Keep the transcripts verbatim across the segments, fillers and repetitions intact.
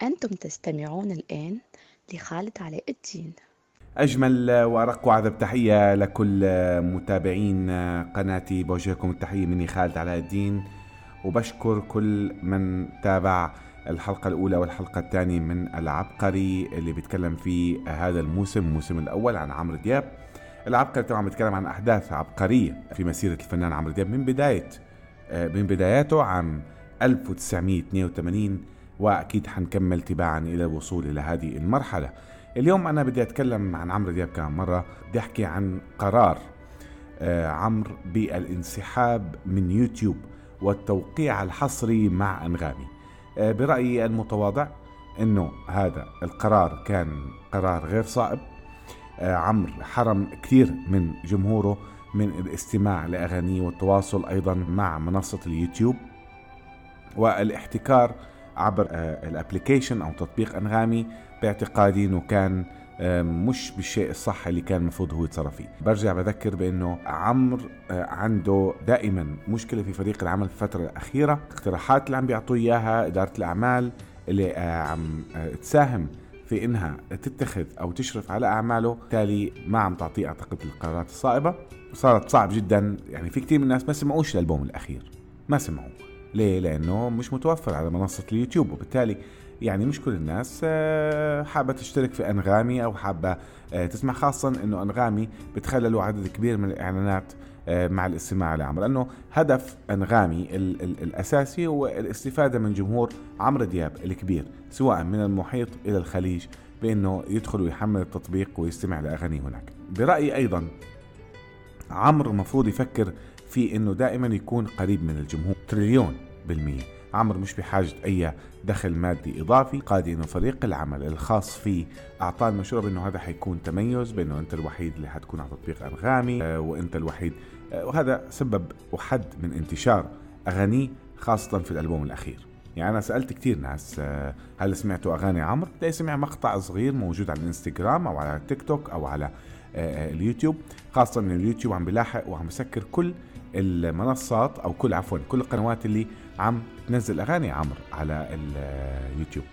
أنتم تستمعون الآن لخالد علاء الدين. أجمل وأرق وأعذب تحية لكل متابعين قناتي، بوجهكم التحية مني خالد علاء الدين، وبشكر كل من تابع الحلقة الأولى والحلقة الثانية من العبقري اللي بيتكلم في هذا الموسم، الموسم الأول عن عمرو دياب. العبقري طبعا بيتكلم عن أحداث عبقرية في مسيرة الفنان عمرو دياب من بداية من بداياته عام ألف وتسعمية واثنين وثمانين، وأكيد حنكمل تباعا إلى الوصول إلى هذه المرحلة. اليوم أنا بدي أتكلم عن عمرو دياب كم مرة. بدي أحكي عن قرار آه عمرو بالانسحاب من يوتيوب والتوقيع الحصري مع أنغامي. آه برأيي المتواضع أنه هذا القرار كان قرار غير صائب. آه عمرو حرم كثير من جمهوره من الاستماع لأغانيه والتواصل أيضا مع منصة اليوتيوب والاحتكار عبر آه الابليكيشن أو تطبيق أنغامي، باعتقادي انه كان مش بالشيء الصح اللي كان المفروض هو يتصرف فيه. برجع بذكر بانه عمرو عنده دائما مشكله في فريق العمل في الفتره الاخيره. اقتراحات اللي عم بيعطوه اياها اداره الاعمال اللي عم تساهم في انها تتخذ او تشرف على اعماله، بالتالي ما عم تعطيه اعتقد القرارات الصائبه، وصارت صعب جدا. يعني في كتير من الناس ما سمعوش للالبوم الاخير، ما سمعوه ليه؟ لانه مش متوفر على منصه اليوتيوب، وبالتالي يعني مش كل الناس حابة تشترك في أنغامي أو حابة تسمع، خاصة أنه أنغامي بتخللوا عدد كبير من الإعلانات مع الاستماع لعمرو، لأنه هدف أنغامي ال ال الأساسي هو الاستفادة من جمهور عمرو دياب الكبير، سواء من المحيط إلى الخليج، بأنه يدخل ويحمل التطبيق ويستمع لأغاني هناك. برأيي أيضا عمرو مفروض يفكر في أنه دائما يكون قريب من الجمهور تريليون بالمية. عمرو مش بحاجة أي دخل مادي إضافي، قادي إنه فريق العمل الخاص فيه أعطاه المشورة بأنه هذا حيكون تميز، بأنه أنت الوحيد اللي حتكون على تطبيق أنغامي آه وأنت الوحيد آه وهذا سبب وحد من انتشار أغانيه خاصة في الألبوم الأخير. يعني أنا سألت كتير ناس آه هل سمعتوا أغاني عمرو؟ ده يسمع مقطع صغير موجود على الانستغرام أو على التيك توك أو على آه اليوتيوب، خاصة إن اليوتيوب عم بلاحق وعم يسكر كل المنصات أو كل عفوا كل القنوات اللي عم تنزل أغاني عمرو على اليوتيوب.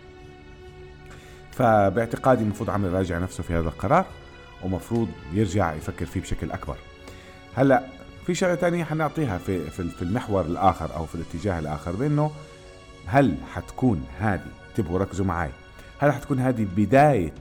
فباعتقادي المفروض عمرو يراجع نفسه في هذا القرار، ومفروض يرجع يفكر فيه بشكل أكبر. هلأ في شغلة تانية حنعطيها في في المحور الآخر أو في الاتجاه الآخر، بأنه هل حتكون هذه، انتبهوا ركزوا معي، هل حتكون هذه بداية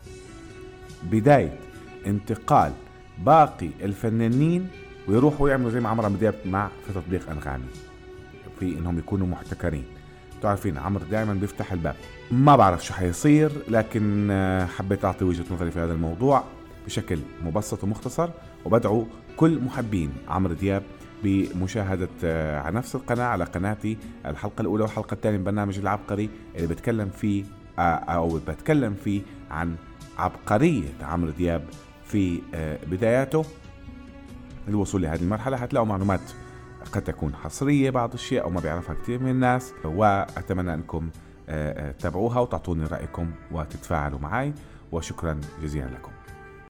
بداية انتقال باقي الفنانين ويروحوا يعملوا زي ما عمرو دياب مع في تطبيق أنغامي، في انهم يكونوا محتكرين؟ تعرفين عمرو دائما بيفتح الباب. ما بعرف شو حيصير، لكن حبيت اعطي وجهة نظري في هذا الموضوع بشكل مبسط ومختصر، وبدعو كل محبين عمرو دياب بمشاهدة على نفس القناة، على قناتي، الحلقة الأولى والحلقة الثانية من برنامج العبقري اللي بتكلم فيه أو بتكلم فيه عن عبقرية عمرو دياب في بداياته الوصول لهذه المرحلة. هتلاقوا معلومات قد تكون حصرية بعض الشيء أو ما بيعرفها كثير من الناس، وأتمنى أنكم تتابعوها وتعطوني رأيكم وتتفاعلوا معي، وشكرا جزيلا لكم.